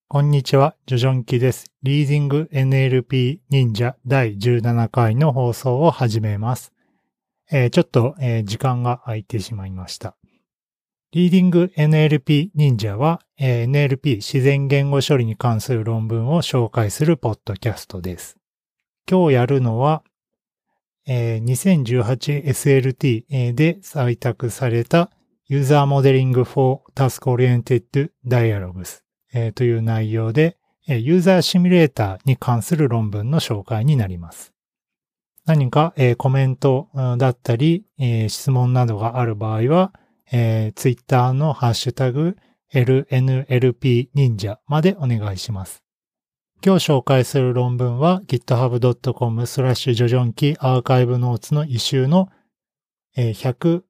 こんにちは、ジョジョンキです。リーディング NLP 忍者第17回の放送を始めます。ちょっと、時間が空いてしまいました。リーディング NLP 忍者は、NLP 自然言語処理に関する論文を紹介するポッドキャストです。今日やるのは、2018SLT で採択された User Modeling for Task-Oriented Dialoguesという内容で、ユーザーシミュレーターに関する論文の紹介になります。何か、コメントだったり、質問などがある場合は、Twitter のハッシュタグ LNLP 忍者までお願いします。今日紹介する論文は github.com/jojonki アーカイブノーツの一周の180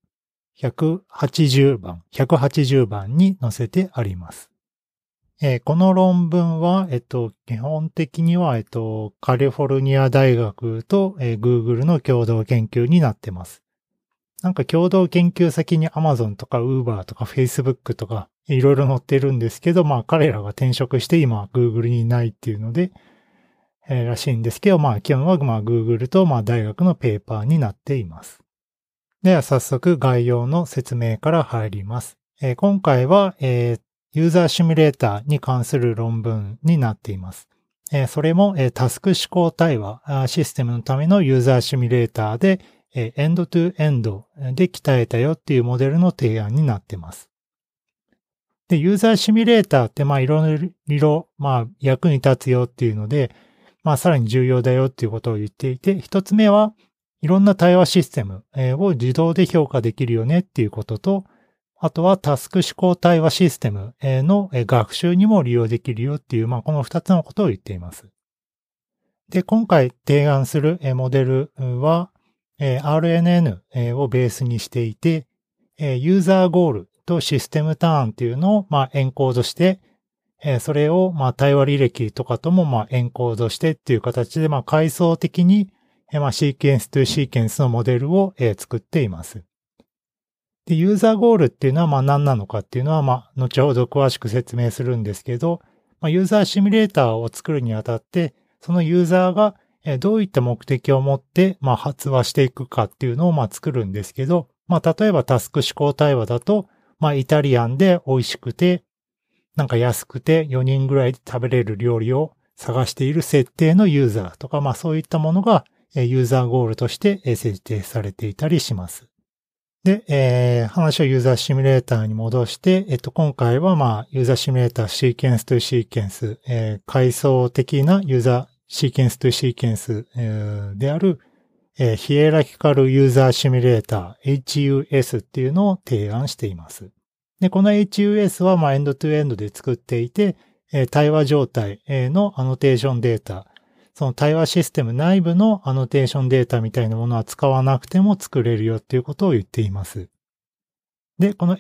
番に載せてあります。この論文は、基本的には、カリフォルニア大学と、Google の共同研究になってます。なんか共同研究先に Amazon とか Uber とか Facebook とかいろいろ載ってるんですけど、まあ彼らが転職して今 Google にいないっていうので、らしいんですけど、まあ基本はGoogle と大学のペーパーになっています。では早速概要の説明から入ります。今回は、ユーザーシミュレーターに関する論文になっています。それも、タスク思考対話システムのためのユーザーシミュレーターで、エンドトゥエンドで鍛えたよっていうモデルの提案になっています。で、ユーザーシミュレーターっていろいろ役に立つよっていうので、さらに重要だよっていうことを言っていて、一つ目はいろんな対話システムを自動で評価できるよねっていうことと、あとはタスク思考対話システムの学習にも利用できるよっていう、この二つのことを言っています。で、今回提案するモデルは、RNN をベースにしていて、ユーザーゴールとシステムターンっていうのをエンコードして、それを対話履歴とかともエンコードしてっていう形で階層的にシーケンストゥシーケンスのモデルを作っています。で、ユーザーゴールっていうのは何なのかっていうのは後ほど詳しく説明するんですけど、ユーザーシミュレーターを作るにあたって、そのユーザーがどういった目的を持って発話していくかっていうのを作るんですけど、例えばタスク思考対話だと、イタリアンで美味しくて、安くて4人ぐらいで食べれる料理を探している設定のユーザーとか、そういったものがユーザーゴールとして設定されていたりします。で、話をユーザーシミュレーターに戻して、今回はユーザーシミュレーターシーケンスとシーケンス、階層的なユーザーシーケンスとシーケンス、である、ヒエラキカルユーザーシミュレーター HUS っていうのを提案しています。で、この HUS はエンドトゥエンドで作っていて、対話状態のアノテーションデータ、その対話システム内部のアノテーションデータみたいなものは使わなくても作れるよっていうことを言っています。で、この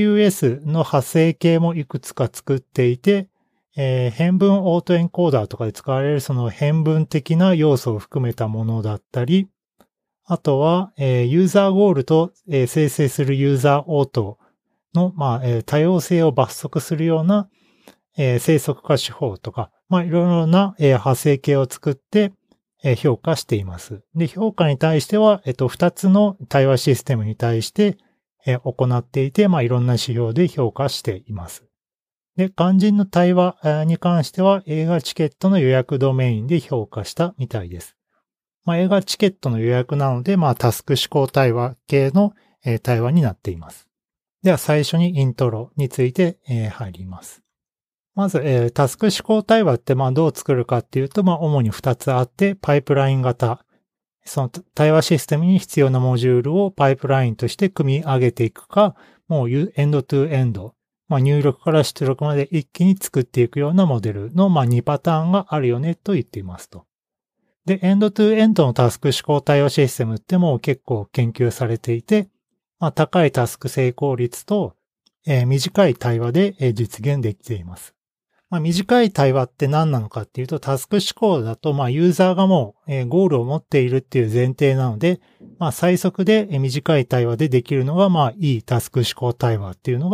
HUS の派生形もいくつか作っていて、変文オートエンコーダーとかで使われるその変文的な要素を含めたものだったり、あとは、ユーザーゴールと、生成するユーザーオートの、多様性を罰則するような、生息化手法とか、いろいろな、派生形を作って、評価しています。で、評価に対しては、2つの対話システムに対して、行っていて、いろんな指標で評価しています。で、肝心の対話に関しては、映画チケットの予約ドメインで評価したみたいです。映画チケットの予約なので、タスク思考対話系の、対話になっています。では、最初にイントロについて、入ります。まず、タスク思考対話ってどう作るかっていうと、主に2つあって、パイプライン型。その対話システムに必要なモジュールをパイプラインとして組み上げていくか、もうエンドトゥエンド。入力から出力まで一気に作っていくようなモデルの2パターンがあるよねと言っていますと。で、エンドトゥエンドのタスク思考対話システムってもう結構研究されていて、高いタスク成功率と、短い対話で実現できています。短い対話って何なのかっていうと、タスク思考だと、ユーザーがもう、ゴールを持っているっていう前提なので、最速で短い対話でできるのが、いいタスク思考対話っていうのが、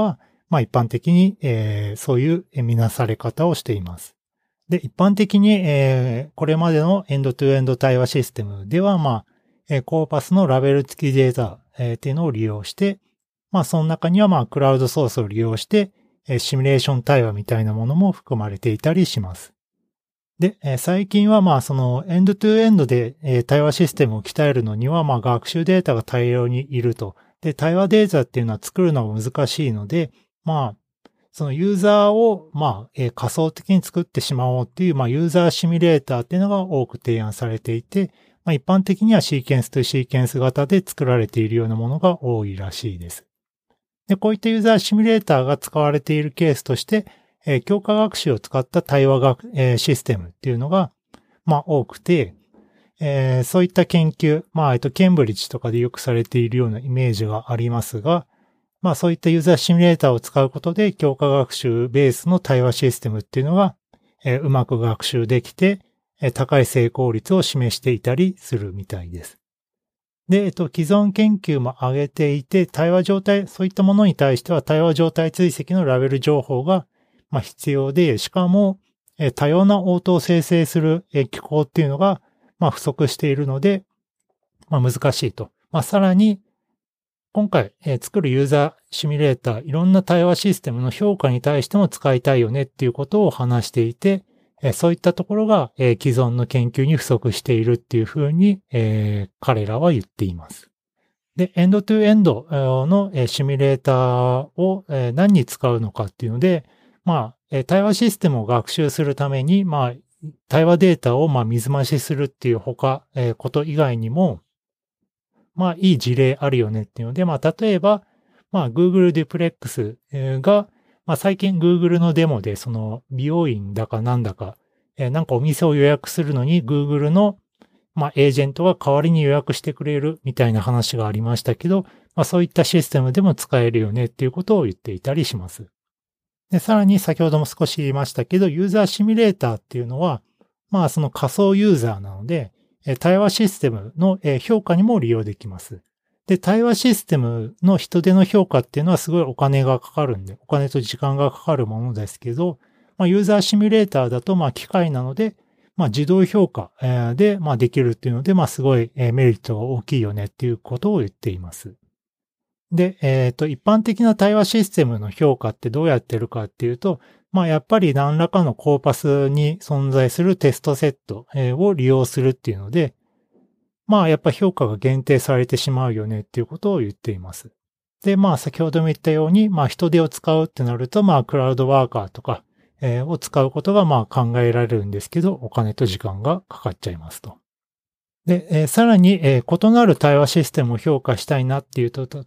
まあ一般的に、そういう見なされ方をしています。で、一般的に、これまでのエンドトゥエンド対話システムでは、まあ、コーパスのラベル付きデータ、っていうのを利用して、まあその中にはまあクラウドソースを利用して、シミュレーション対話みたいなものも含まれていたりします。で、最近はまあそのエンドトゥエンドで、対話システムを鍛えるのにはまあ学習データが大量にいると。で、対話データっていうのは作るのは難しいので、まあ、そのユーザーをまあ、仮想的に作ってしまおうっていうまあユーザーシミュレーターっていうのが多く提案されていて、まあ一般的にはシーケンスとシーケンス型で作られているようなものが多いらしいです。で、こういったユーザーシミュレーターが使われているケースとして、強化学習を使った対話システムっていうのが、まあ多くて、そういった研究、まあ、ケンブリッジとかでよくされているようなイメージがありますが、まあそういったユーザーシミュレーターを使うことで強化学習ベースの対話システムっていうのが、うまく学習できて、高い成功率を示していたりするみたいです。で、既存研究も上げていて、対話状態、そういったものに対しては対話状態追跡のラベル情報が必要で、しかも多様な応答を生成する機構っていうのが不足しているので、難しいと。さらに、今回作るユーザーシミュレーター、いろんな対話システムの評価に対しても使いたいよねっていうことを話していて、そういったところが既存の研究に不足しているっていうふうに彼らは言っています。で、エンドトゥエンドのシミュレーターを何に使うのかっていうので、対話システムを学習するために、対話データを水増しするっていうこと以外にも、いい事例あるよねっていうので、例えば、Google Duplex が、最近 Google のデモで、その美容院だかなんだか、なんかお店を予約するのに Google の、エージェントが代わりに予約してくれるみたいな話がありましたけど、そういったシステムでも使えるよねっていうことを言っていたりします。で、さらに先ほども少し言いましたけど、ユーザーシミュレーターっていうのは、その仮想ユーザーなので、対話システムの評価にも利用できます。で、対話システムの人手の評価っていうのはすごいお金がかかるんで、お金と時間がかかるものですけど、ユーザーシミュレーターだと機械なので、自動評価でできるっていうので、すごいメリットが大きいよねっていうことを言っています。で、一般的な対話システムの評価ってどうやってるかっていうと、やっぱり何らかのコーパスに存在するテストセットを利用するっていうので、やっぱ評価が限定されてしまうよねっていうことを言っています。で、先ほども言ったように、人手を使うってなると、クラウドワーカーとか、を使うことが考えられるんですけど、お金と時間がかかっちゃいますと。で、さらに、異なる対話システムを評価したいなっていうと、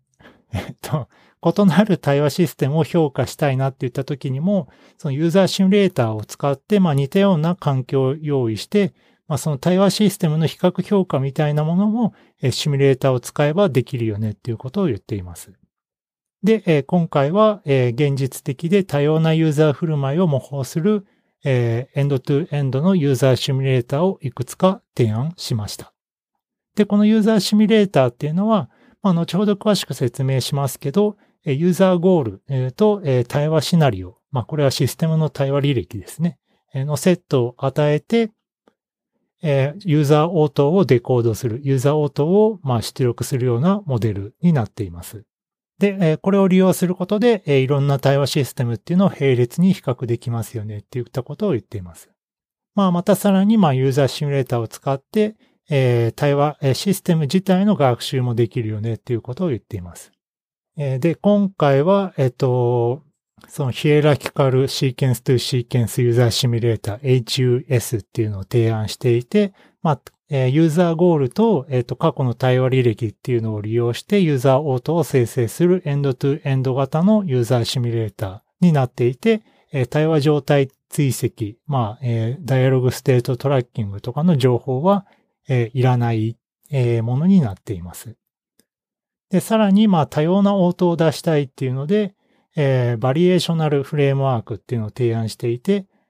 異なる対話システムを評価したいなって言った時にも、そのユーザーシミュレーターを使って、似たような環境を用意して、その対話システムの比較評価みたいなものも、シミュレーターを使えばできるよねっていうことを言っています。で、今回は、現実的で多様なユーザー振る舞いを模倣する、エンドトゥエンドのユーザーシミュレーターをいくつか提案しました。で、このユーザーシミュレーターっていうのは、後ほど詳しく説明しますけど、ユーザーゴールと対話シナリオ、これはシステムの対話履歴ですね、のセットを与えて、ユーザー応答をデコードする、ユーザー応答を出力するようなモデルになっています。で、これを利用することで、いろんな対話システムっていうのを並列に比較できますよねっていったことを言っています。またさらにユーザーシミュレーターを使って、対話システム自体の学習もできるよねっていうことを言っています。で、今回は、そのヒエラキカルシーケンストゥシーケンスユーザーシミュレーター HUS っていうのを提案していて、ユーザーゴールと、過去の対話履歴っていうのを利用してユーザー応答を生成するエンドトゥエンド型のユーザーシミュレーターになっていて、対話状態追跡、ダイアログステートトラッキングとかの情報はいらないものになっています。で、さらに多様な応答を出したいっていうので、バリエーショナルフレームワークっていうのを提案していて、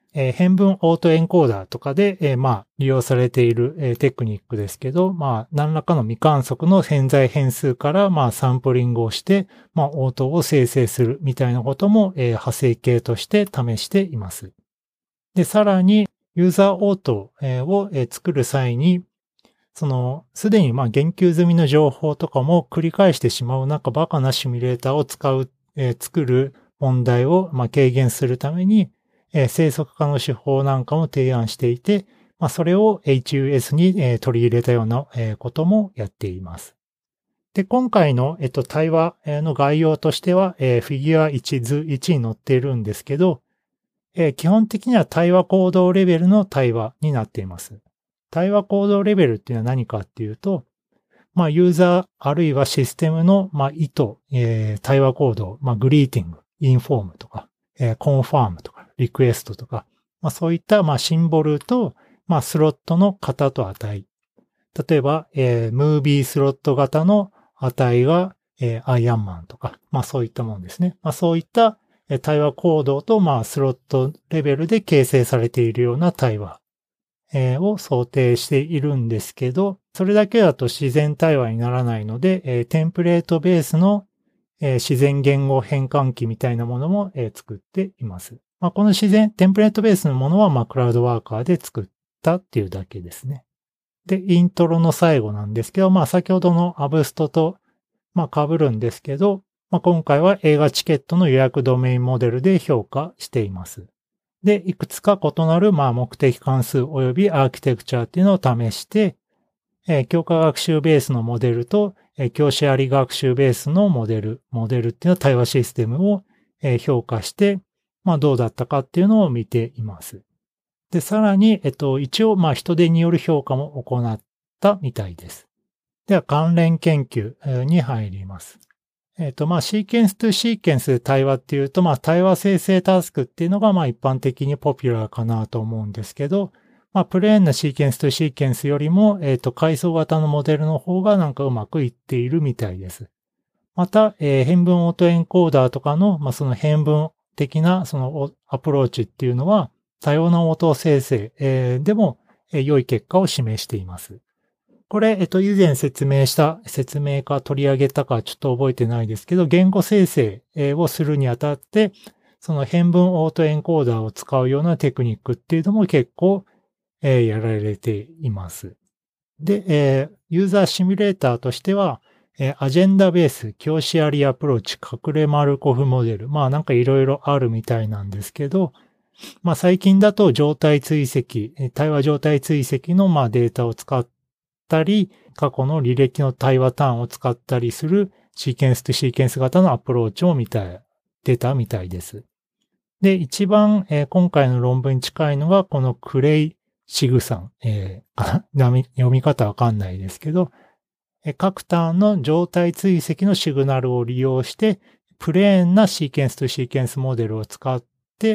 変文オートエンコーダーとかで、利用されている、テクニックですけど、何らかの未観測の潜在変数から、サンプリングをして、応答を生成するみたいなことも、派生系として試しています。で、さらに、ユーザー応答を作る際に、すでに言及済みの情報とかも繰り返してしまうバカなシミュレーターを作る問題を軽減するために、生息化の手法なんかも提案していて、それを HUS に取り入れたようなこともやっています。で、今回の対話の概要としては、フィギュア1図1に載っているんですけど、基本的には対話行動レベルの対話になっています。対話行動レベルっていうのは何かっていうと、ユーザーあるいはシステムの意図、対話行動、グリーティング、インフォームとか、コンファームとか、リクエストとか、そういったシンボルと、スロットの型と値。例えば、ムービースロット型の値が、アイアンマンとか、そういったものですね。そういった対話行動と、スロットレベルで形成されているような対話を想定しているんですけど、それだけだと自然対話にならないので、テンプレートベースの自然言語変換器みたいなものも作っています。このテンプレートベースのものはクラウドワーカーで作ったっていうだけですね。で、イントロの最後なんですけど、先ほどのアブストと被るんですけど、今回は映画チケットの予約ドメインモデルで評価しています。で、いくつか異なる目的関数及びアーキテクチャっていうのを試して、教科学習ベースのモデルと、教師あり学習ベースのモデルっていうのは対話システムを評価して、どうだったかっていうのを見ています。で、さらに、一応、人手による評価も行ったみたいです。では、関連研究に入ります。シーケンスとシーケンスで対話っていうと、対話生成タスクっていうのが、一般的にポピュラーかなと思うんですけど、プレーンなシーケンスとシーケンスよりも、階層型のモデルの方がうまくいっているみたいです。また、変文オートエンコーダーとかの、その変文的なそのアプローチっていうのは、多様な応答生成、でも、良い結果を示しています。これ、以前説明か取り上げたかちょっと覚えてないですけど、言語生成をするにあたって、その変文オートエンコーダーを使うようなテクニックっていうのも結構、やられています。で、ユーザーシミュレーターとしては、アジェンダベース、教師ありアプローチ、隠れマルコフモデル、いろいろあるみたいなんですけど、最近だと状態追跡、対話状態追跡のデータを使ったり、過去の履歴の対話ターンを使ったりするシーケンスとシーケンス型のアプローチを出たみたいです。で、一番、今回の論文に近いのがこのクレイ・シグさん、読み方わかんないですけど、各ターンの状態追跡のシグナルを利用して、プレーンなシーケンスとシーケンスモデルを使って、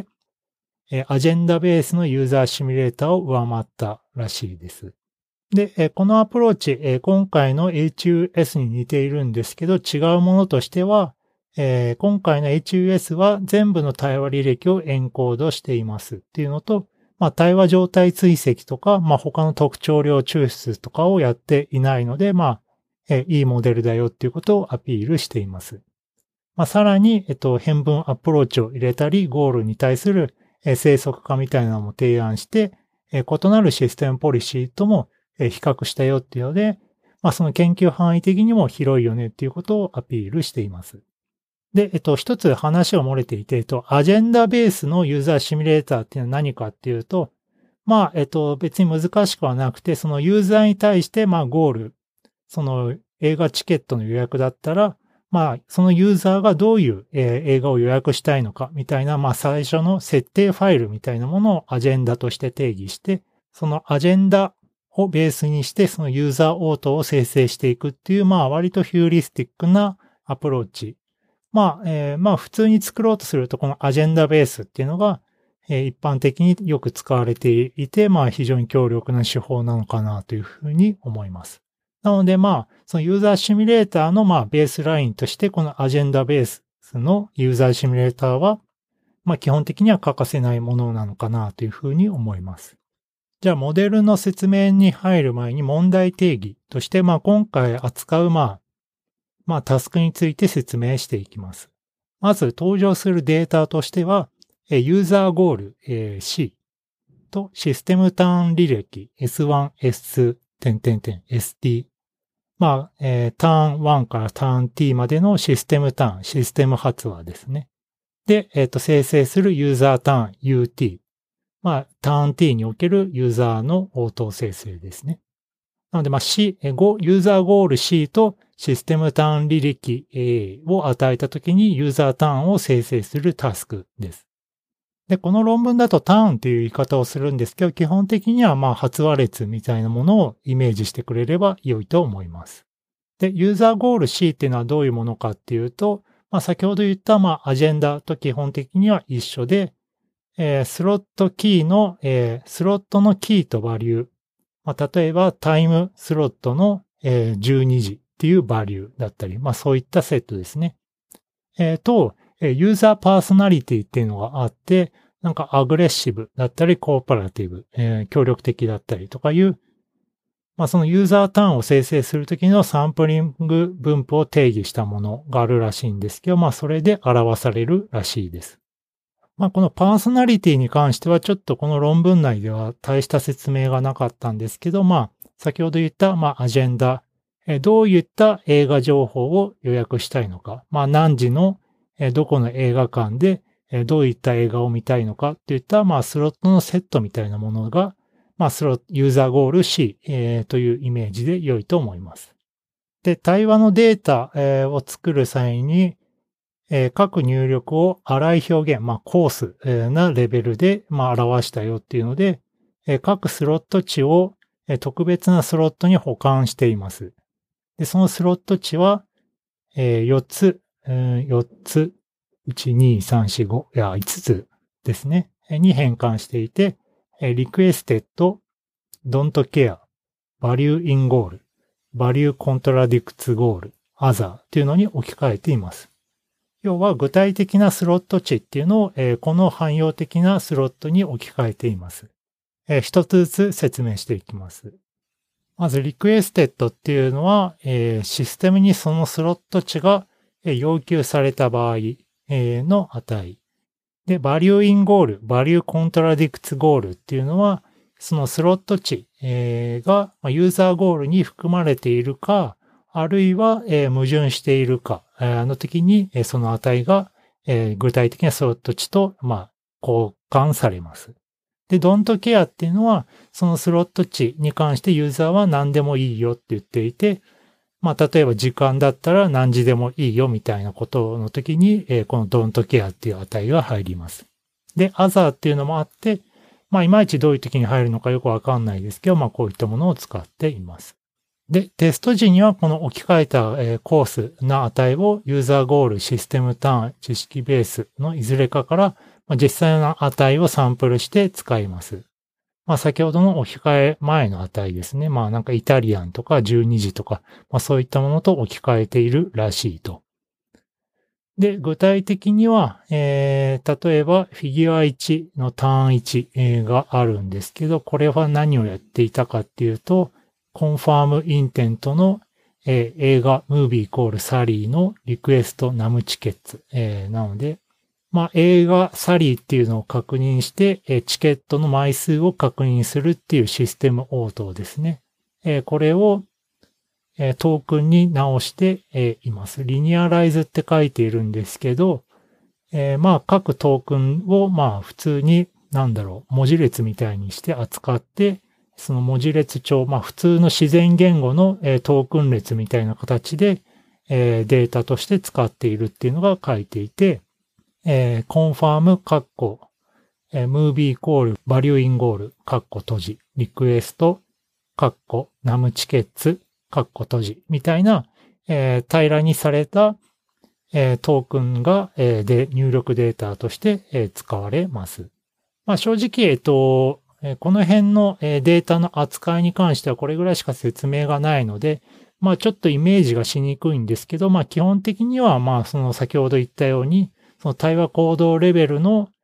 アジェンダベースのユーザーシミュレーターを上回ったらしいです。で、このアプローチ、今回の HUS に似ているんですけど、違うものとしては、今回の HUS は全部の対話履歴をエンコードしていますっていうのと、対話状態追跡とか、他の特徴量抽出とかをやっていないので、いいモデルだよっていうことをアピールしています。さらに、変文アプローチを入れたり、ゴールに対する生息化みたいなのも提案して、異なるシステムポリシーとも比較したよっていうので、その研究範囲的にも広いよねっていうことをアピールしています。で、一つ話が漏れていて、アジェンダベースのユーザーシミュレーターっていうのは何かっていうと、別に難しくはなくて、そのユーザーに対して、ゴール、その映画チケットの予約だったら、そのユーザーがどういう映画を予約したいのかみたいな、最初の設定ファイルみたいなものをアジェンダとして定義して、そのアジェンダをベースにして、そのユーザー応答を生成していくっていう、割とヒューリスティックなアプローチ。普通に作ろうとすると、このアジェンダベースっていうのが、一般的によく使われていて、非常に強力な手法なのかなというふうに思います。なので、そのユーザーシミュレーターのベースラインとして、このアジェンダベースのユーザーシミュレーターは、 基本的には欠かせないものなのかなというふうに思います。じゃあ、モデルの説明に入る前に問題定義として、今回扱う、タスクについて説明していきます。まず登場するデータとしては、ユーザーゴール C とシステムターン履歴 S1、S2、ST。ターン1からターン T までのシステムターン、システム発話ですね。で、生成するユーザーターン UT。ターン T におけるユーザーの応答生成ですね。なので、ユーザーゴール C とシステムターン履歴 A を与えたときにユーザーターンを生成するタスクです。で、この論文だとターンという言い方をするんですけど、基本的には発話列みたいなものをイメージしてくれれば良いと思います。で、ユーザーゴール C っていうのはどういうものかっていうと、先ほど言ったアジェンダと基本的には一緒で、スロットキーの、スロットのキーとバリュー。例えばタイムスロットの、12時っていうバリューだったり、そういったセットですね。ユーザーパーソナリティっていうのがあって、なんかアグレッシブだったり、コーパラティブ、協力的だったりとかいう、そのユーザーターンを生成するときのサンプリング分布を定義したものがあるらしいんですけど、それで表されるらしいです。このパーソナリティに関してはちょっとこの論文内では大した説明がなかったんですけど、先ほど言ったアジェンダ、どういった映画情報を予約したいのか、何時のどこの映画館でどういった映画を見たいのかといったスロットのセットみたいなものがユーザーゴール C、というイメージで良いと思います。で、対話のデータ、を作る際に各入力を荒い表現、コースなレベルで表したよっていうので、各スロット値を特別なスロットに保管しています。で、そのスロット値は4つ、1、2、3、4、5、5つですね、に変換していて、requested, don't care, value in goal, value contradicts goal, other というのに置き換えています。要は具体的なスロット値っていうのを、この汎用的なスロットに置き換えています。一つずつ説明していきます。まず、requested っていうのは、システムにそのスロット値が要求された場合の値。で、value in goal, value contradicts goal っていうのは、そのスロット値がユーザーゴールに含まれているか、あるいは矛盾しているかの時にその値が具体的なスロット値と交換されます。で、don't care っていうのはそのスロット値に関してユーザーは何でもいいよって言っていて、例えば時間だったら何時でもいいよみたいなことの時にこの don't care っていう値が入ります。で、other っていうのもあって、いまいちどういう時に入るのかよくわかんないですけど、こういったものを使っています。で、テスト時にはこの置き換えたコースな値をユーザーゴール、システムターン、知識ベースのいずれかから実際の値をサンプルして使います。先ほどの置き換え前の値ですね。なんかイタリアンとか12時とか、そういったものと置き換えているらしいと。で、具体的には、例えばフィギュア1のターン1があるんですけど、これは何をやっていたかっていうと、コンファームインテントの、映画ムービーコールサリーのリクエストナムチケッツ、なので、映画サリーっていうのを確認して、チケットの枚数を確認するっていうシステム応答ですね。これを、トークンに直して、います。リニアライズって書いているんですけど、各トークンを普通に文字列みたいにして扱って、その文字列帳、普通の自然言語のトークン列みたいな形でデータとして使っているっていうのが書いていて、コンファーム、カッコ、ムービーコール、バリューインゴール、カッコ閉じ、リクエスト、カッコ、ナムチケッツ、カッコ閉じ、みたいな、平らにされた、トークンが、入力データとして、使われます。正直、この辺のデータの扱いに関してはこれぐらいしか説明がないので、ちょっとイメージがしにくいんですけど、基本的にはその先ほど言ったように、その対話行動レベルの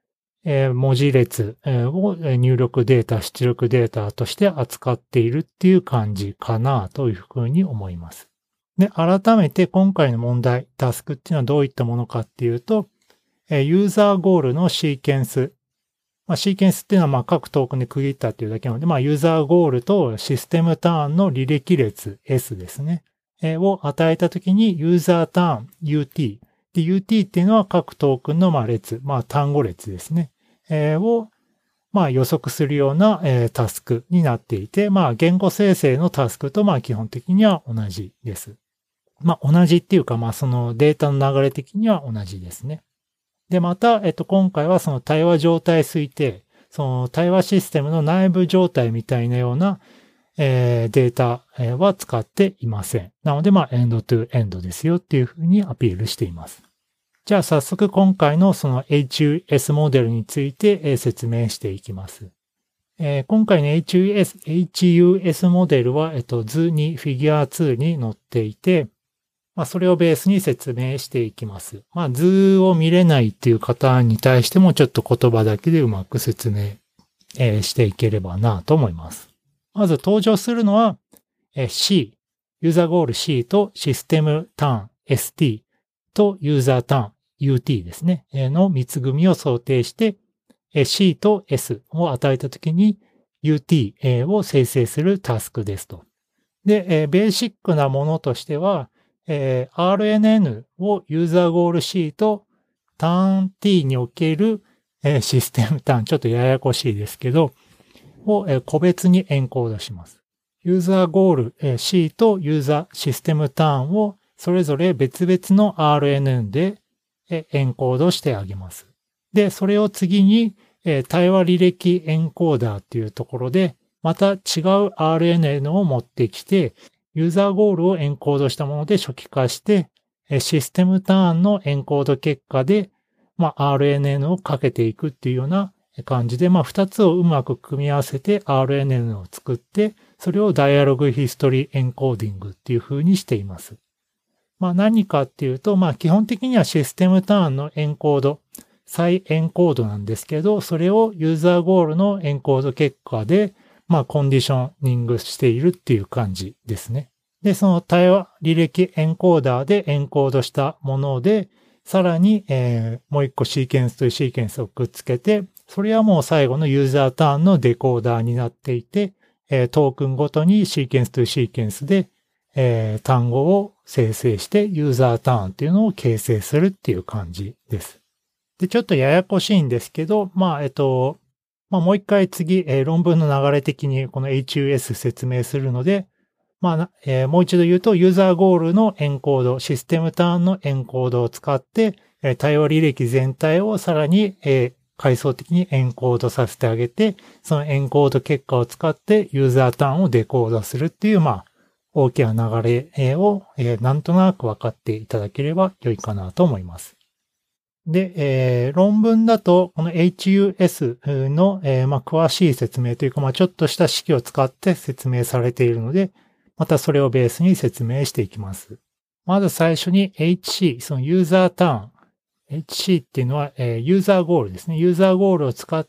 文字列を入力データ、出力データとして扱っているっていう感じかなというふうに思います。で、改めて今回の問題、タスクっていうのはどういったものかっていうと、ユーザーゴールのシーケンス。シーケンスっていうのは各トークンで区切ったっていうだけなので、ユーザーゴールとシステムターンの履歴列 S ですね。を与えたときにユーザーターン UT。で、UT っていうのは各トークンの列、単語列ですね。を予測するようなタスクになっていて、言語生成のタスクと基本的には同じです。同じっていうか、そのデータの流れ的には同じですね。で、また、今回はその対話状態推定、その対話システムの内部状態みたいなような、データは使っていません。なので、エンドトゥエンドですよっていうふうにアピールしています。じゃあ、早速今回のその HUS モデルについて説明していきます。今回の HUS モデルは、図にフィギュア2に載っていて、それをベースに説明していきます。図を見れないっていう方に対してもちょっと言葉だけでうまく説明していければなと思います。まず登場するのは C、ユーザーゴール C とシステムターン ST とユーザーターン UT ですね、の3つ組を想定して C と S を与えたときに UT を生成するタスクですと。で、ベーシックなものとしてはRNN をユーザーゴール C とターン T におけるシステムターン、ちょっとややこしいですけど、を個別にエンコードします。ユーザーゴール C とユーザーシステムターンをそれぞれ別々の RNN でエンコードしてあげます。で、それを次に対話履歴エンコーダーっていうところで、また違う RNN を持ってきて、ユーザーゴールをエンコードしたもので初期化して、システムターンのエンコード結果で、RNN をかけていくっていうような感じで、2つをうまく組み合わせて RNN を作って、それをダイアログヒストリーエンコーディングっていう風にしています。何かっていうと、基本的にはシステムターンのエンコード、再エンコードなんですけど、それをユーザーゴールのエンコード結果で、コンディショニングしているっていう感じですね。で、その対話履歴エンコーダーでエンコードしたもので、さらに、もう一個シーケンスというシーケンスをくっつけて、それはもう最後のユーザーターンのデコーダーになっていて、トークンごとにシーケンスというシーケンスで、単語を生成してユーザーターンっていうのを形成するっていう感じです。で、ちょっとややこしいんですけど、もう一回次、論文の流れ的にこの HUS 説明するので、もう一度言うと、ユーザーゴールのエンコード、システムターンのエンコードを使って、対話履歴全体をさらに、階層的にエンコードさせてあげて、そのエンコード結果を使ってユーザーターンをデコードするっていう、大きな流れを、なんとなく分かっていただければ良いかなと思います。で、論文だと、この HUS の、詳しい説明というか、ちょっとした式を使って説明されているので、またそれをベースに説明していきます。まず最初に HC、そのユーザーターン。HC っていうのは、ユーザーゴールですね。ユーザーゴールを使って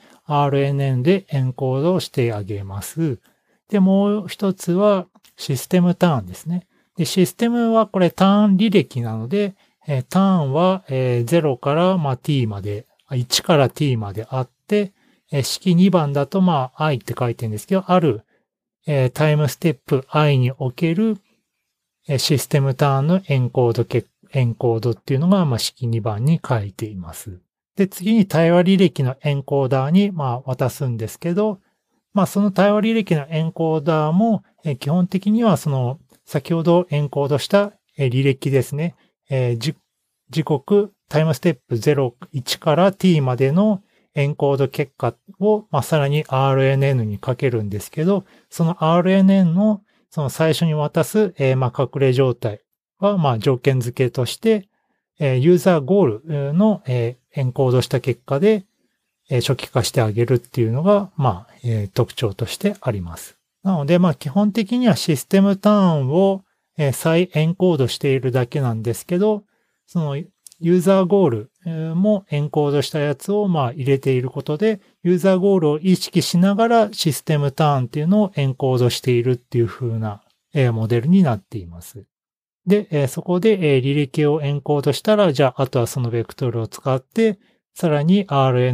RNN でエンコードをしてあげます。で、もう一つはシステムターンですね。で、システムはこれターン履歴なので、ターンは0からt まで、1から t まであって、式2番だとi って書いてるんですけど、あるタイムステップ i におけるシステムターンのエンコードっていうのが式2番に書いています。で、次に対話履歴のエンコーダーに渡すんですけど、その対話履歴のエンコーダーも基本的にはその先ほどエンコードした履歴ですね。時刻、タイムステップ0、1から t までのエンコード結果を、さらに RNN にかけるんですけど、その RNN のその最初に渡す、隠れ状態は、条件付けとして、ユーザーゴールの、エンコードした結果で、初期化してあげるっていうのが、特徴としてあります。なので、基本的にはシステムターンを再エンコードしているだけなんですけど、そのユユーザーゴールもエンコードしたやつを入れていることで、ユーザーゴールを意識しながらシステムターンっていうのをエンコードしているっていう風なモデルになっています。で、そこで履歴をエンコードしたら、じゃあ、あとはそのベクトルを使って、さらに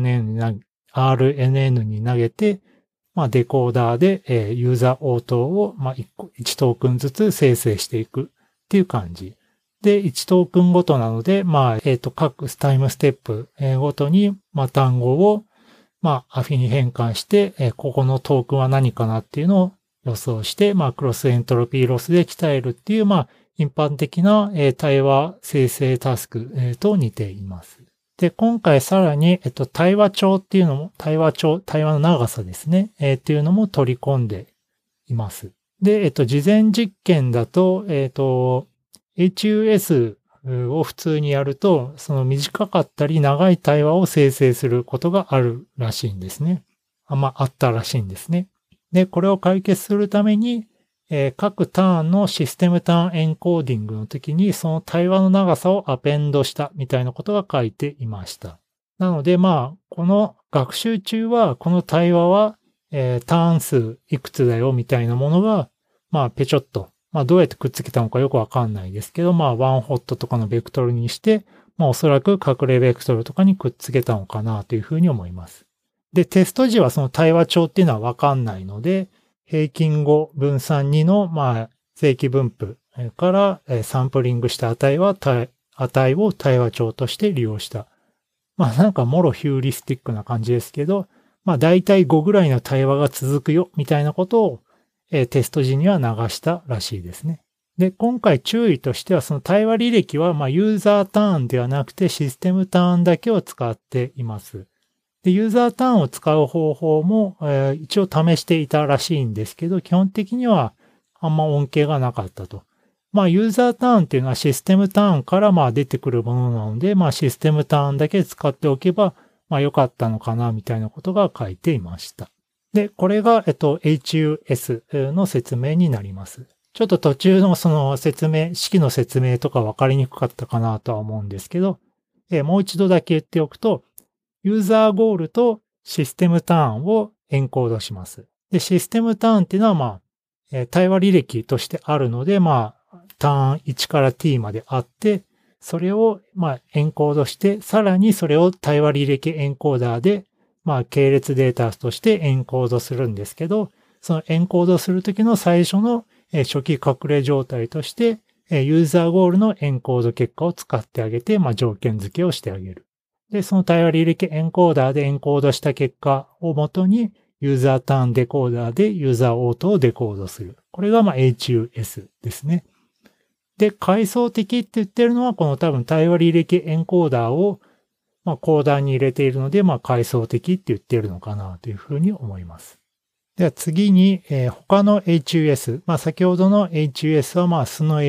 RNN に投げて、デコーダーでユーザー応答を1トークンずつ生成していくっていう感じ。で、1トークンごとなので、各タイムステップごとに、単語を、アフィに変換して、ここのトークンは何かなっていうのを予想して、クロスエントロピーロスで鍛えるっていう、一般的な対話生成タスクと似ています。で、今回さらに、対話長っていうのも、対話の長さですね、っていうのも取り込んでいます。で、事前実験だと、HUS を普通にやると、その短かったり長い対話を生成することがあるらしいんですね。あったらしいんですね。で、これを解決するために、各ターンのシステムターンエンコーディングの時にその対話の長さをアペンドしたみたいなことが書いていました。なのでこの学習中はこの対話は、ターン数いくつだよみたいなものがペチョッと、どうやってくっつけたのかよくわかんないですけどワンホットとかのベクトルにしておそらく隠れベクトルとかにくっつけたのかなというふうに思います。で、テスト時はその対話帳っていうのはわかんないので平均後分散2の、正規分布からサンプリングした値を対話帳として利用した。なんかもろヒューリスティックな感じですけど、だいたい5ぐらいの対話が続くよ、みたいなことをテスト時には流したらしいですね。で、今回注意としては、その対話履歴は、ユーザーターンではなくてシステムターンだけを使っています。で、ユーザーターンを使う方法も、一応試していたらしいんですけど、基本的にはあんま恩恵がなかったと。ユーザーターンっていうのはシステムターンから出てくるものなので、システムターンだけ使っておけば、良かったのかな、みたいなことが書いていました。で、これが、HUS の説明になります。ちょっと途中のその式の説明とか分かりにくかったかなとは思うんですけど、もう一度だけ言っておくと、ユーザーゴールとシステムターンをエンコードします。で、システムターンっていうのは対話履歴としてあるので、ターン1から t まであって、それをエンコードして、さらにそれを対話履歴エンコーダーで系列データとしてエンコードするんですけど、そのエンコードするときの最初の初期隠れ状態として、ユーザーゴールのエンコード結果を使ってあげて、条件付けをしてあげる。で、その対話履歴エンコーダーでエンコードした結果をもとに、ユーザーターンデコーダーでユーザーオートをデコードする。これがHUS ですね。で、階層的って言ってるのは、この多分対話履歴エンコーダーをコーダーに入れているので、階層的って言っているのかなというふうに思います。では次に、他の HUS。先ほどの HUS は素の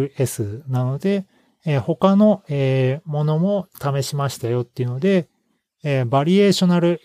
HUS なので、他の、ものも試しましたよっていうので、バリエーショナル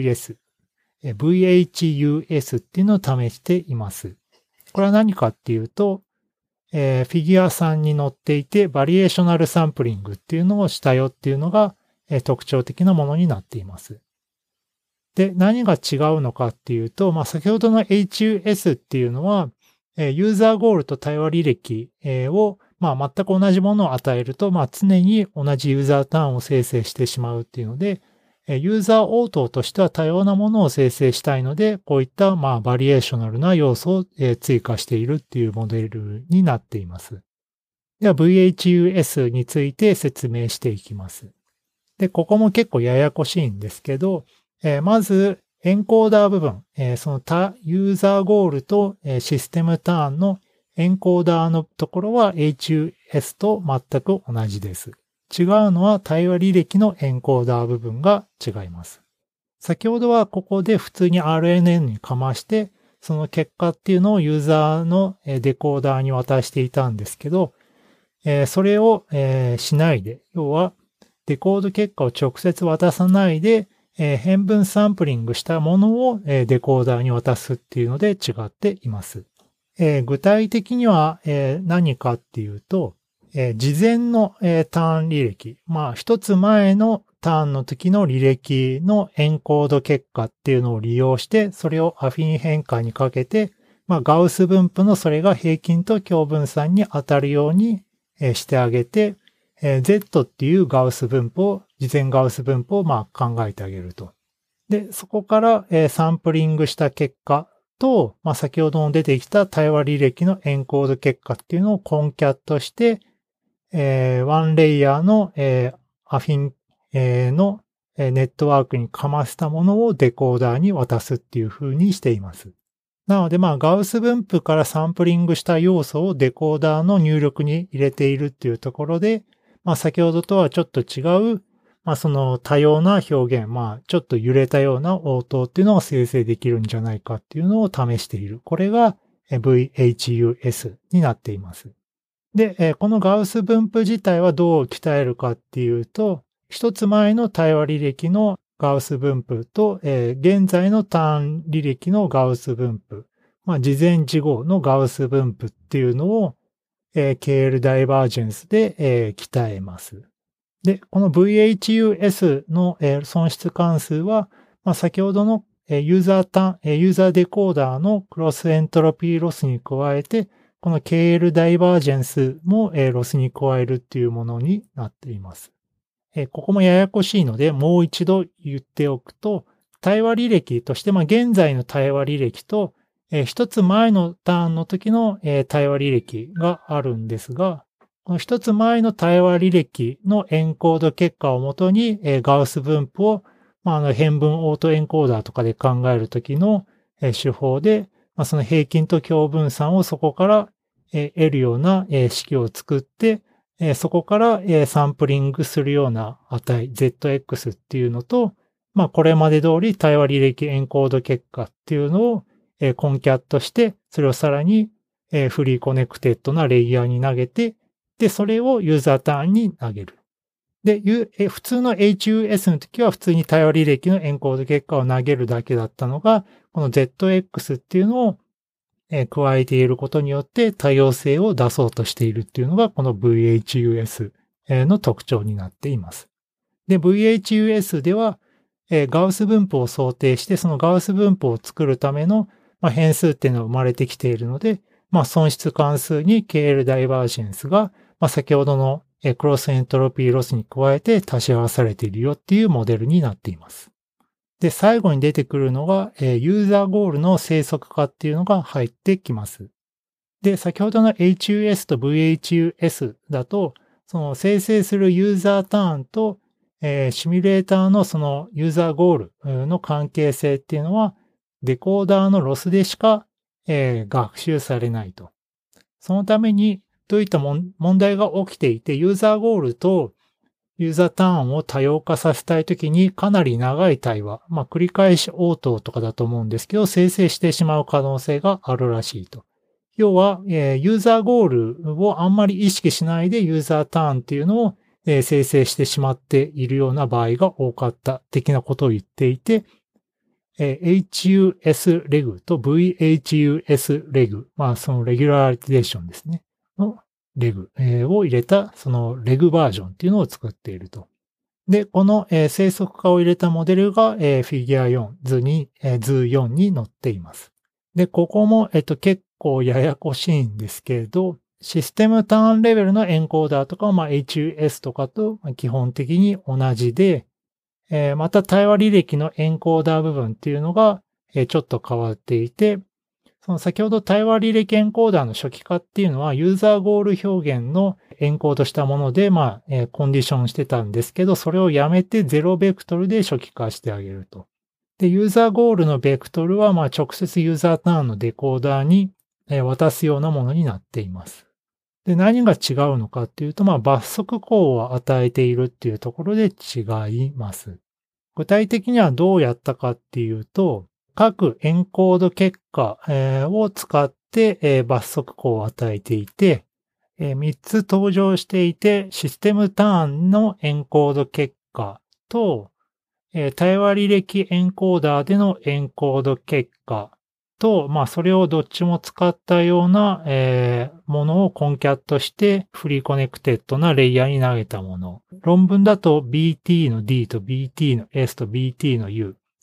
HUS、VHUS っていうのを試しています。これは何かっていうと、フィギュア3に載っていて、バリエーショナルサンプリングっていうのをしたよっていうのが、特徴的なものになっています。で、何が違うのかっていうと、先ほどの HUS っていうのは、ユーザーゴールと対話履歴を、全く同じものを与えると、常に同じユーザーターンを生成してしまうっていうので、ユーザー応答としては多様なものを生成したいので、こういったバリエーショナルな要素を追加しているっていうモデルになっています。では VHUS について説明していきます。で、ここも結構ややこしいんですけど、まずエンコーダー部分、そのユーザーゴールとシステムターンのエンコーダーのところは HUS と全く同じです。違うのは対話履歴のエンコーダー部分が違います。先ほどはここで普通に RNN にかまして、その結果っていうのをユーザーのデコーダーに渡していたんですけど、それをしないで、要はデコード結果を直接渡さないで、変分サンプリングしたものをデコーダーに渡すっていうので違っています。具体的には何かっていうと、 事前の、ターン履歴、一つ前のターンの時の履歴のエンコード結果っていうのを利用して、それをアフィン変換にかけて、ガウス分布のそれが平均と共分散に当たるように、してあげて、Z っていうガウス分布を、事前ガウス分布を考えてあげると。で、そこから、サンプリングした結果と、先ほども出てきた対話履歴のエンコード結果っていうのをコンキャットして、ワンレイヤーの、アフィン、の、ネットワークにかませたものをデコーダーに渡すっていう風にしています。なので、ガウス分布からサンプリングした要素をデコーダーの入力に入れているっていうところで、先ほどとはちょっと違う、その多様な表現、ちょっと揺れたような応答っていうのを生成できるんじゃないかっていうのを試している。これが VHUS になっています。で、このガウス分布自体はどう鍛えるかっていうと、一つ前の対話履歴のガウス分布と、現在のターン履歴のガウス分布、事前事後のガウス分布っていうのを、KL ダイバージェンスで、鍛えます。で、この VHUS の、損失関数は、先ほどの、ユーザーデコーダーのクロスエントロピーロスに加えて、この KL ダイバージェンスも、ロスに加えるっていうものになっています。ここもややこしいので、もう一度言っておくと、対話履歴として、現在の対話履歴と、一つ前のターンの時の、対話履歴があるんですが、この一つ前の対話履歴のエンコード結果をもとに、ガウス分布を、変分オートエンコーダーとかで考えるときの、手法で、その平均と共分散をそこから得るような式を作って、そこからサンプリングするような値、ZX っていうのと、これまで通り対話履歴エンコード結果っていうのをコンキャットして、それをさらにフリーコネクテッドなレイヤーに投げて、で、それをユーザーターンに投げる。で、普通の HUS の時は普通に対話履歴のエンコード結果を投げるだけだったのが、この ZX っていうのを加えていることによって多様性を出そうとしているっていうのがこの VHUS の特徴になっています。で、VHUS ではガウス分布を想定して、そのガウス分布を作るための変数っていうのが生まれてきているので、損失関数に KL ダイバージェンスが、先ほどのクロスエントロピーロスに加えて足し合わされているよっていうモデルになっています。で、最後に出てくるのが、ユーザーゴールの生息化っていうのが入ってきます。で、先ほどの HUS と VHUS だと、その生成するユーザーターンと、シミュレーターのそのユーザーゴールの関係性っていうのは、デコーダーのロスでしか、学習されないと。そのために、どういった問題が起きていて、ユーザーゴールとユーザーターンを多様化させたいときにかなり長い対話、繰り返し応答とかだと思うんですけど、生成してしまう可能性があるらしいと。要は、ユーザーゴールをあんまり意識しないでユーザーターンっていうのを生成してしまっているような場合が多かった的なことを言っていて、HUS レグと VHUS レグ、そのレギュラーデーションですね。のレグを入れた、そのレグバージョンっていうのを作っていると。で、この生息化を入れたモデルがフィギュア4、図4に載っています。で、ここも結構ややこしいんですけれど、システムターンレベルのエンコーダーとかはHUS とかと基本的に同じで、また対話履歴のエンコーダー部分っていうのがちょっと変わっていて、その先ほど対話履歴エンコーダーの初期化っていうのはユーザーゴール表現のエンコードしたもので、コンディションしてたんですけど、それをやめて0ベクトルで初期化してあげると。で、ユーザーゴールのベクトルは直接ユーザーターンのデコーダーに渡すようなものになっています。で、何が違うのかっていうと、罰則項を与えているっていうところで違います。具体的にはどうやったかっていうと、各エンコード結果を使って罰則項を与えていて、3つ登場していて、システムターンのエンコード結果と、対話履歴エンコーダーでのエンコード結果と、まあ、それをどっちも使ったような、ものをコンキャットして、フリーコネクテッドなレイヤーに投げたもの。論文だと BT の D と BT の S と BT の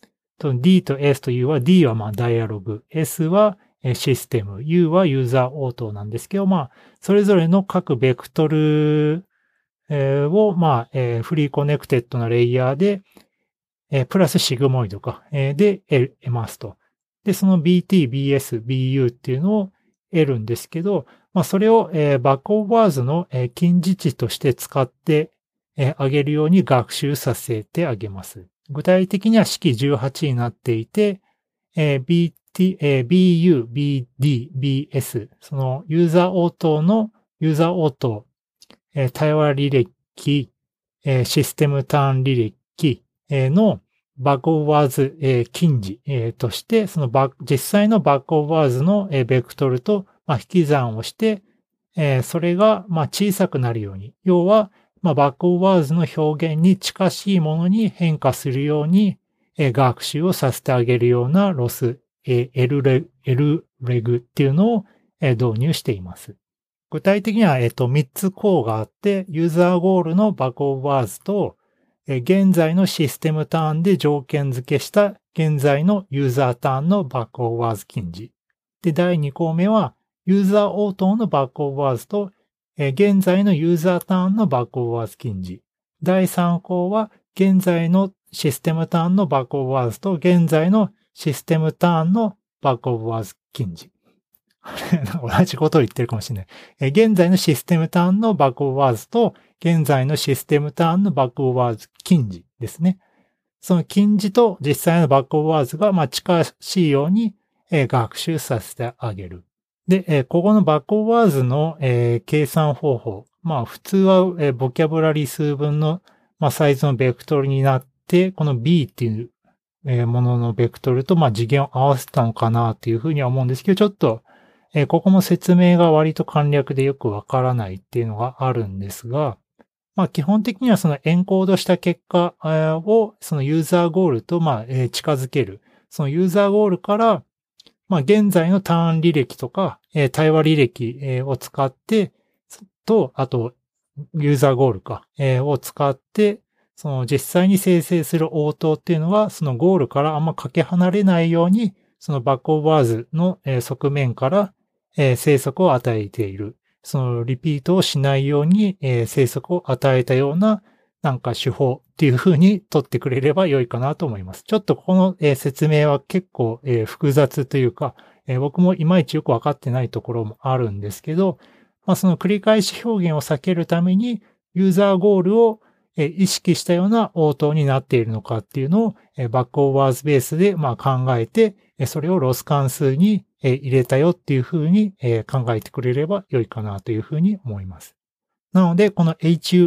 U。D と S と U は D はまあダイアログ、S はシステム、U はユーザー応答なんですけど、まあ、それぞれの各ベクトルを、まあ、フリーコネクテッドなレイヤーで、プラスシグモイドか、で得ますと。で、その BT、BS、BU っていうのを得るんですけど、まあ、それを、バックオーバーズの、近似値として使ってあげるように学習させてあげます。具体的には式18になっていて、BT、BU、BD、BS、そのユーザー応答、対話履歴、システムターン履歴のバックオーバーズ近似として、その実際のバックオーバーズのベクトルと引き算をして、それが小さくなるように、要はバックオーバーズの表現に近しいものに変化するように学習をさせてあげるようなロス、L レグっていうのを導入しています。具体的には、3つ項があって、ユーザーゴールのバックオーバーズと、現在のシステムターンで条件付けした現在のユーザーターンのバックオーバーズ近似。で、第2項目は、ユーザー応答のバックオーバーズと、現在のユーザーターンのバックオーバーズ近似。第3項は、現在のシステムターンのバックオーバーズと、現在のシステムターンのバックオーバーズ近似。同じことを言ってるかもしれない。現在のシステムターンのバックオーバーズと、現在のシステムターンのバックオーバーズ近似ですね。その近似と実際のバックオーバーズが近しいように学習させてあげる。で、ここのバックオーバーズの計算方法。普通はボキャブラリー数分のサイズのベクトルになって、この B っていうもののベクトルと次元を合わせたのかなっていうふうには思うんですけど、ちょっとここも説明が割と簡略でよくわからないっていうのがあるんですが、基本的にはそのエンコードした結果をそのユーザーゴールと近づける。そのユーザーゴールから現在のターン履歴とか対話履歴を使ってあとユーザーゴールを使ってその実際に生成する応答っていうのはそのゴールからあんまかけ離れないようにそのバックオーバーズの側面から生息を与えている。そのリピートをしないように生息を与えたような手法っていう風に取ってくれれば良いかなと思います。ちょっとこの説明は結構複雑というか僕もいまいちよくわかってないところもあるんですけど、その繰り返し表現を避けるためにユーザーゴールを意識したような応答になっているのかっていうのをバックオーバーズベースで考えて、それをロス関数に入れたよっていうふうに考えてくれれば良いかなというふうに思います。なので、この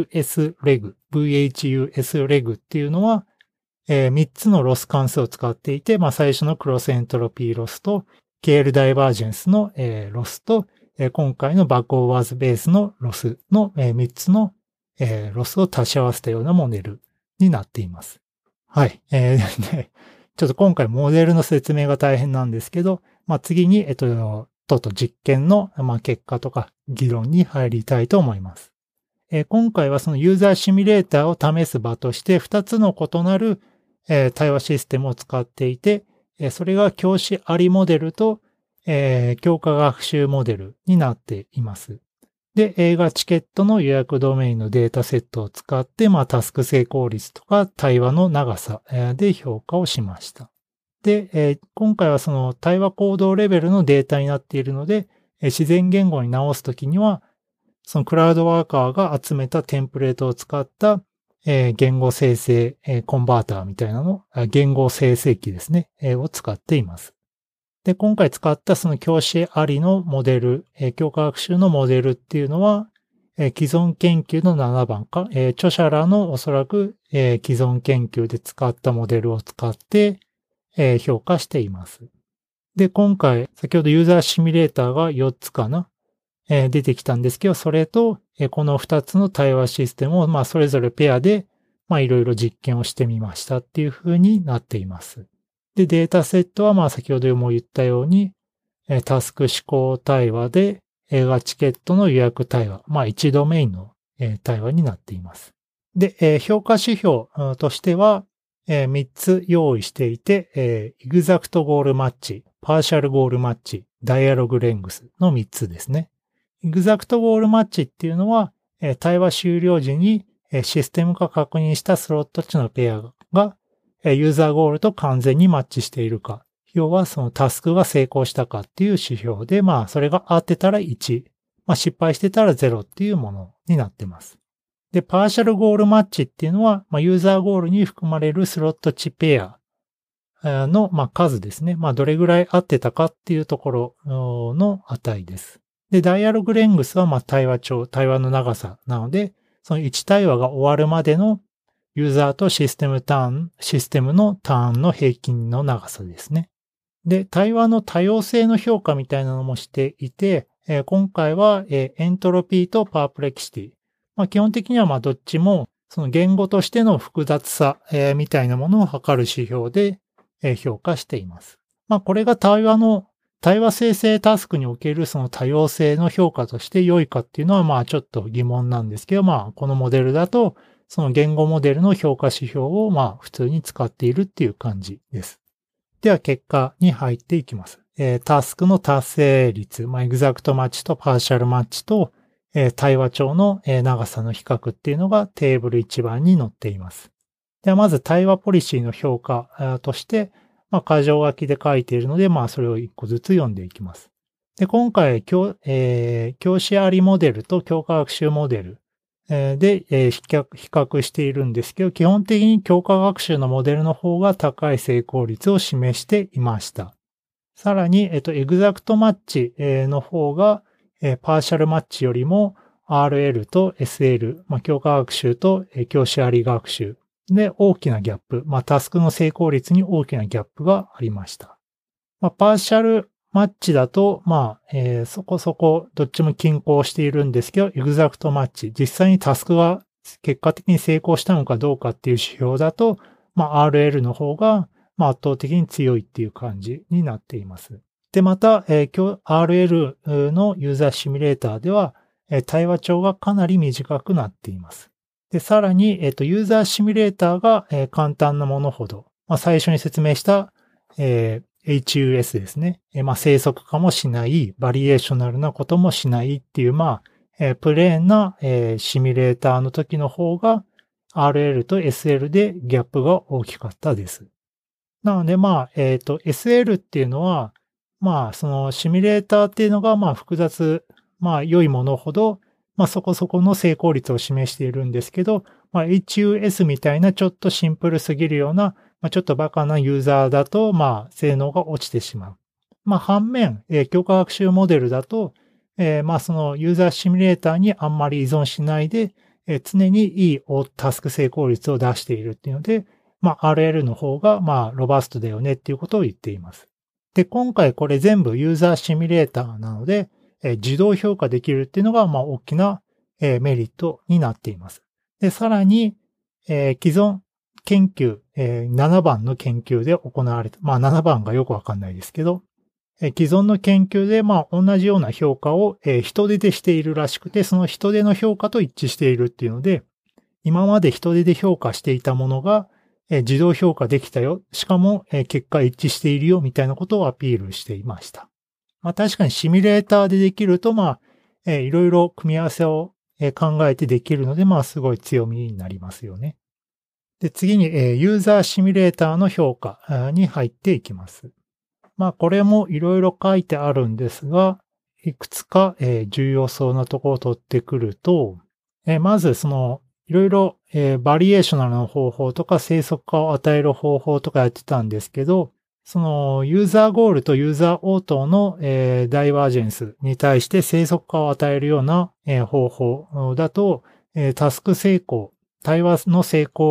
HUSREG、VHUSREG っていうのは3つのロス関数を使っていて、最初のクロスエントロピーロスと KL ダイバージェンスのロスと今回のバックオーバーズベースのロスの3つのロスを足し合わせたようなモデルになっています。はい。ちょっと今回モデルの説明が大変なんですけど、次に、実験の、結果とか議論に入りたいと思います。今回はそのユーザーシミュレーターを試す場として2つの異なる、対話システムを使っていて、それが教師ありモデルと、教科学習モデルになっています。で、映画チケットの予約ドメインのデータセットを使って、タスク成功率とか対話の長さで評価をしました。で、今回はその対話行動レベルのデータになっているので、自然言語に直すときには、そのクラウドワーカーが集めたテンプレートを使った言語生成コンバーターみたいなの、言語生成器ですね、を使っています。で、今回使ったその教師ありのモデル、教科学習のモデルっていうのは、既存研究の7番か、著者らのおそらく、既存研究で使ったモデルを使って、評価しています。で、今回、先ほどユーザーシミュレーターが4つかな、出てきたんですけど、それと、この2つの対話システムを、それぞれペアで、いろいろ実験をしてみましたっていう風になっています。 で、データセットは先ほども言ったように、タスク指向対話で映画チケットの予約対話、一度メインの対話になっています。で、評価指標としては、3つ用意していて、エグザクトゴールマッチ、パーシャルゴールマッチ、ダイアログレングスの3つですね。エグザクトゴールマッチっていうのは、対話終了時にシステムが確認したスロット値のペアがユーザーゴールと完全にマッチしているか。要はそのタスクが成功したかっていう指標で、それが合ってたら1、失敗してたら0っていうものになってます。で、パーシャルゴールマッチっていうのは、ユーザーゴールに含まれるスロット値ペアの数ですね。どれぐらい合ってたかっていうところの値です。で、ダイアログレングスは対話の長さなので、その1対話が終わるまでのユーザーとシステムのターンの平均の長さですね。で、対話の多様性の評価みたいなのもしていて、今回はエントロピーとパープレキシティ。基本的にはどっちもその言語としての複雑さみたいなものを測る指標で評価しています。これが対話生成タスクにおけるその多様性の評価として良いかっていうのはちょっと疑問なんですけど、このモデルだとその言語モデルの評価指標を普通に使っているっていう感じです。では結果に入っていきます。タスクの達成率、エグザクトマッチとパーシャルマッチと対話帳の長さの比較っていうのがテーブル1番に載っています。ではまず対話ポリシーの評価として、箇条書きで書いているので、それを1個ずつ読んでいきます。で、今回、教師ありモデルと教科学習モデルで比較しているんですけど、基本的に教科学習のモデルの方が高い成功率を示していました。さらに、エグザクトマッチの方が、パーシャルマッチよりも RL と SL、教科学習と教師あり学習で大きなギャップ、タスクの成功率に大きなギャップがありました。パーシャルマッチだと、そこそこどっちも均衡しているんですけど、エグザクトマッチ、実際にタスクが結果的に成功したのかどうかっていう指標だと、RL の方が圧倒的に強いっていう感じになっています。で、また、RL のユーザーシミュレーターでは、対話帳がかなり短くなっています。で、さらに、ユーザーシミュレーターが、簡単なものほど、最初に説明した、HUS ですね。生息化もしない、バリエーショナルなこともしないっていう、プレーンな、シミュレーターの時の方が、RL と SL でギャップが大きかったです。なので、SL っていうのは、そのシミュレーターっていうのが、複雑、良いものほど、そこそこの成功率を示しているんですけど、HUS みたいなちょっとシンプルすぎるような、ちょっとバカなユーザーだと、性能が落ちてしまう。反面、教科学習モデルだと、そのユーザーシミュレーターにあんまり依存しないで、常にいいタスク成功率を出しているっていうので、RL の方が、ロバストだよねっていうことを言っています。で、今回これ全部ユーザーシミュレーターなので、自動評価できるっていうのが、大きな、メリットになっています。で、さらに、既存研究、7番の研究で行われた、7番がよくわかんないですけど、既存の研究で、同じような評価を、人手でしているらしくて、その人手の評価と一致しているっていうので、今まで人手で評価していたものが、自動評価できたよ。しかも、結果一致しているよ、みたいなことをアピールしていました。確かにシミュレーターでできると、いろいろ組み合わせを考えてできるので、すごい強みになりますよね。で、次に、ユーザーシミュレーターの評価に入っていきます。これもいろいろ書いてあるんですが、いくつか、重要そうなところを取ってくると、まずいろいろ、バリエーショナルの方法とか生息化を与える方法とかやってたんですけど、ユーザーゴールとユーザー応答の、ダイバージェンスに対して生息化を与えるような、方法だと、タスク成功、対話を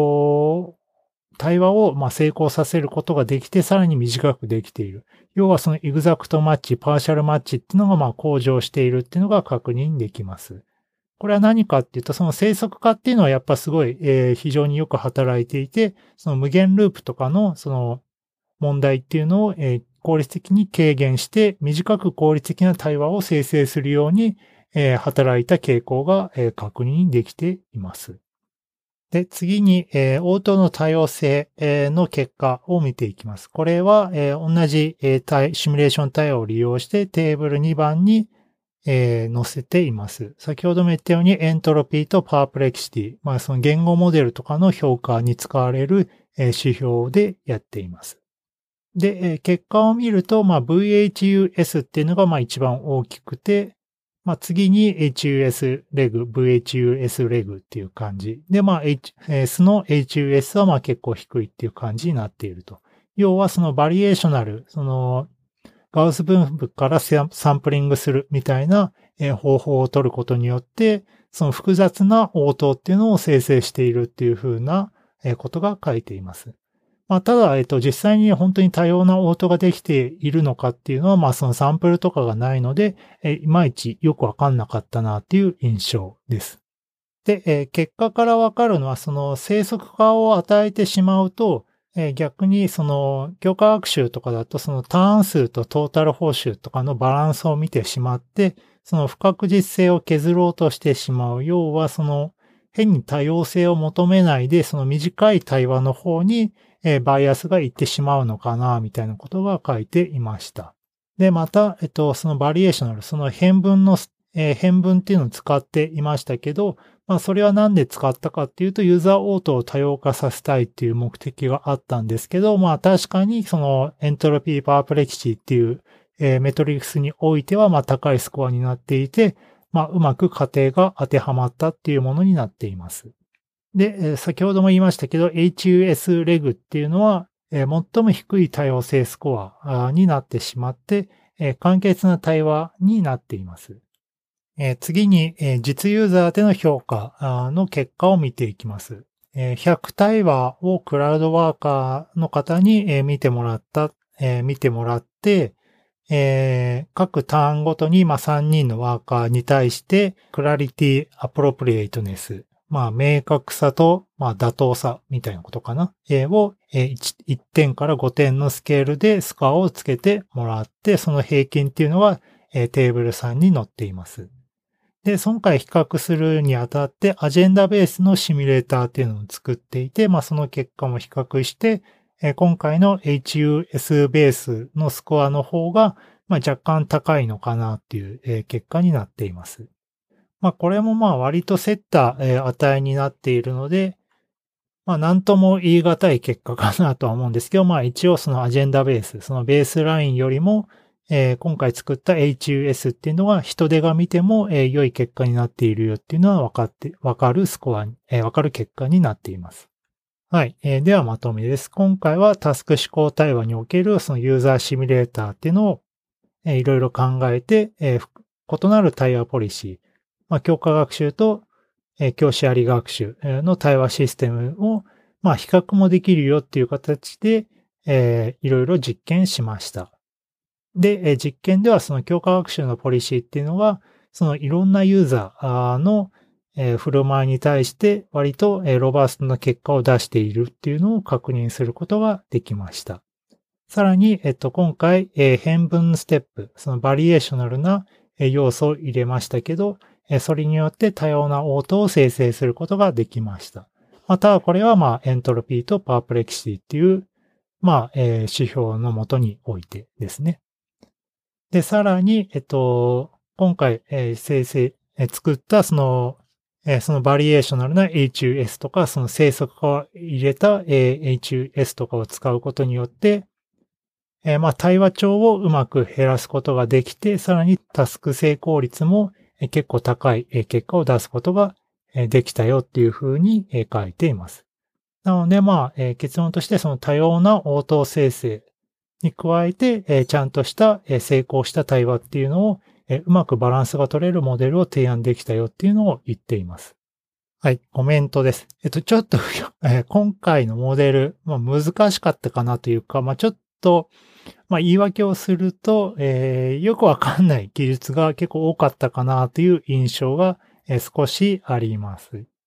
成功させることができて、さらに短くできている。要はエグザクトマッチ、パーシャルマッチっていうのが向上しているっていうのが確認できます。これは何かっていうと、生息化っていうのはやっぱすごい、非常によく働いていて、無限ループとかの、 問題っていうのを、効率的に軽減して、短く効率的な対話を生成するように、働いた傾向が、確認できています。で、次に、応答の多様性、の結果を見ていきます。これは、同じ、シミュレーション対応を利用してテーブル2番に、載せています。先ほども言ったようにエントロピーとパープレキシティ、その言語モデルとかの評価に使われる、指標でやっています。で、結果を見ると、VHUS っていうのが一番大きくて、次に HUS レグ、VHUS レグっていう感じ。で、S の HUS は結構低いっていう感じになっていると。要はそのバリエーショナル、そのガウス分布からサンプリングするみたいな方法を取ることによって、その複雑な応答っていうのを生成しているっていうふうなことが書いています。ただ、実際に本当に多様な応答ができているのかっていうのは、そのサンプルとかがないので、いまいちよくわかんなかったなっていう印象です。で、結果からわかるのは、その生息化を与えてしまうと、逆にその強化学習とかだと、そのターン数とトータル報酬とかのバランスを見てしまって、その不確実性を削ろうとしてしまう。要は、その変に多様性を求めないで、その短い対話の方に、バイアスがいってしまうのかな、みたいなことが書いていました。で、また、そのバリエーショナル、その変分っていうのを使っていましたけど、それはなんで使ったかっていうと、ユーザー応答を多様化させたいっていう目的があったんですけど、確かにそのエントロピーパープレキシーっていう、メトリックスにおいては、高いスコアになっていて、うまく仮定が当てはまったっていうものになっています。で、先ほども言いましたけど、HUS レグっていうのは、最も低い多様性スコアになってしまって、簡潔な対話になっています。次に、実ユーザーでの評価の結果を見ていきます。100対話をクラウドワーカーの方に見てもらって、各ターンごとに3人のワーカーに対して、クラリティ、アプロプリエイトネス、明確さと、妥当さみたいなことかな。を、1点から5点のスケールでスコアをつけてもらって、その平均っていうのは、テーブル3に載っています。で、今回比較するにあたって、アジェンダベースのシミュレーターっていうのを作っていて、その結果も比較して、今回の HUS ベースのスコアの方が、若干高いのかなっていう、結果になっています。これも割と競った、値になっているので、なんとも言い難い結果かなとは思うんですけど、一応そのアジェンダベース、そのベースラインよりも、今回作った HUS っていうのは人手が見ても、良い結果になっているよっていうのはわかるスコア、わかる結果になっています。はい。ではまとめです。今回はタスク思考対話におけるそのユーザーシミュレーターっていうのを、いろいろ考えて、異なる対話ポリシー、強化学習と、教師あり学習の対話システムを、比較もできるよっていう形で、いろいろ実験しました。で、実験ではその強化学習のポリシーっていうのは、そのいろんなユーザーの振る舞いに対して割とロバーストな結果を出しているっていうのを確認することができました。さらに、今回、変分ステップ、そのバリエーショナルな要素を入れましたけど、それによって多様な応答を生成することができました。また、これはエントロピーとパープレキシティっていう、指標のもとにおいてですね。で、さらに、今回、作ったそのバリエーショナルな HUS とか、その生息化を入れた HUS とかを使うことによって、対話帳をうまく減らすことができて、さらにタスク成功率も結構高い結果を出すことができたよっていうふうに書いています。なので、結論としてその多様な応答生成に加えて、ちゃんとした成功した対話っていうのをうまくバランスが取れるモデルを提案できたよっていうのを言っています。はい、コメントです。ちょっと今回のモデル、難しかったかなというか、ちょっと、言い訳をすると、よくわかんない技術が結構多かったかなという印象が少しあります。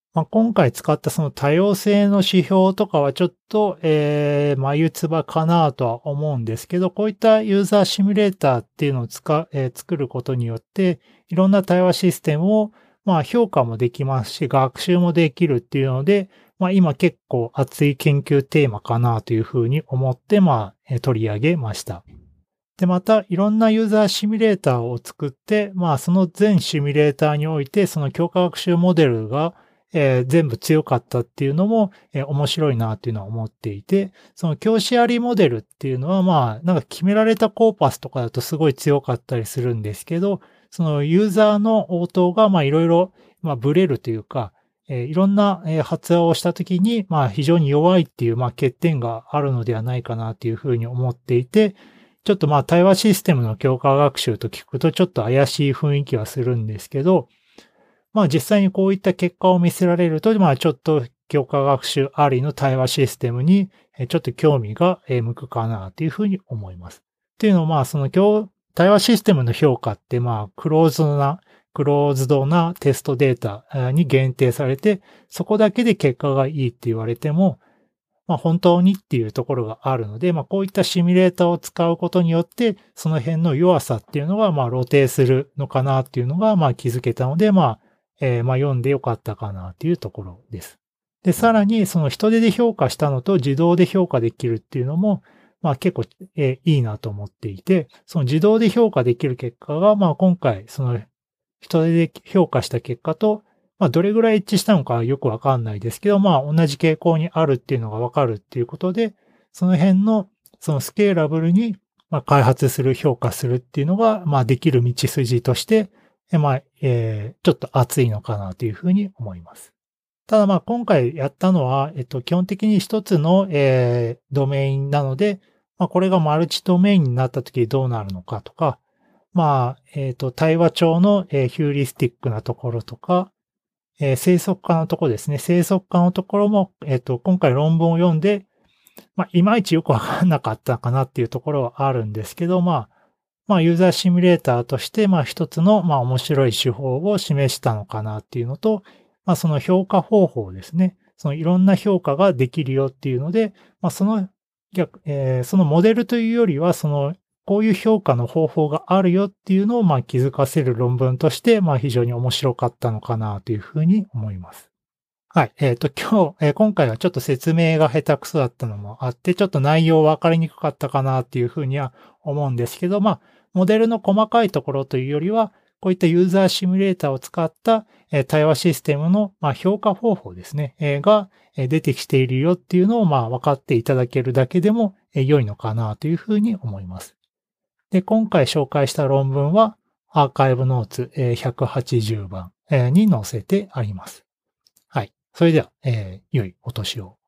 今回使ったその多様性の指標とかはちょっと、眉唾かなとは思うんですけど、こういったユーザーシミュレーターっていうのを作ることによって、いろんな対話システムを、評価もできますし、学習もできるっていうので、今結構熱い研究テーマかなというふうに思って、取り上げました。で、また、いろんなユーザーシミュレーターを作って、その全シミュレーターにおいて、その強化学習モデルが、全部強かったっていうのも、面白いなっていうのは思っていて、その教師ありモデルっていうのは、なんか決められたコーパスとかだとすごい強かったりするんですけど、そのユーザーの応答が、いろいろ、ブレるというか、いろんな発話をしたときに、非常に弱いっていう、欠点があるのではないかなというふうに思っていて、ちょっと対話システムの強化学習と聞くとちょっと怪しい雰囲気はするんですけど、実際にこういった結果を見せられると、ちょっと強化学習ありの対話システムにちょっと興味が向くかなというふうに思います。っていうのは、その対話システムの評価って、クローズドなテストデータに限定されて、そこだけで結果がいいって言われても、本当にっていうところがあるので、こういったシミュレーターを使うことによって、その辺の弱さっていうのが、露呈するのかなっていうのが、気づけたので、読んでよかったかなっていうところです。で、さらに、その人手で評価したのと自動で評価できるっていうのも、結構、いいなと思っていて、その自動で評価できる結果が、今回、その人手で評価した結果と、どれぐらい一致したのかよくわかんないですけど、同じ傾向にあるっていうのがわかるっていうことで、その辺の、そのスケーラブルに、開発する、評価するっていうのが、できる道筋として、ちょっと熱いのかなというふうに思います。ただ今回やったのは、基本的に一つの、ドメインなので、これがマルチドメインになった時どうなるのかとか、対話帳の、ヒューリスティックなところとか、生息化のところですね。生息化のところも、今回論文を読んで、いまいちよくわからなかったかなっていうところはあるんですけど、ユーザーシミュレーターとして、一つの、面白い手法を示したのかなっていうのと、その評価方法ですね。そのいろんな評価ができるよっていうので、そのモデルというよりは、こういう評価の方法があるよっていうのを、気づかせる論文として、非常に面白かったのかなというふうに思います。はい。今回はちょっと説明が下手くそだったのもあって、ちょっと内容分かりにくかったかなっていうふうには思うんですけど、モデルの細かいところというよりは、こういったユーザーシミュレーターを使った対話システムの評価方法ですね、が出てきているよっていうのを分かっていただけるだけでも良いのかなというふうに思います。で、今回紹介した論文はアーカイブノーツ180番に載せてあります。はい。それでは、良いお年を。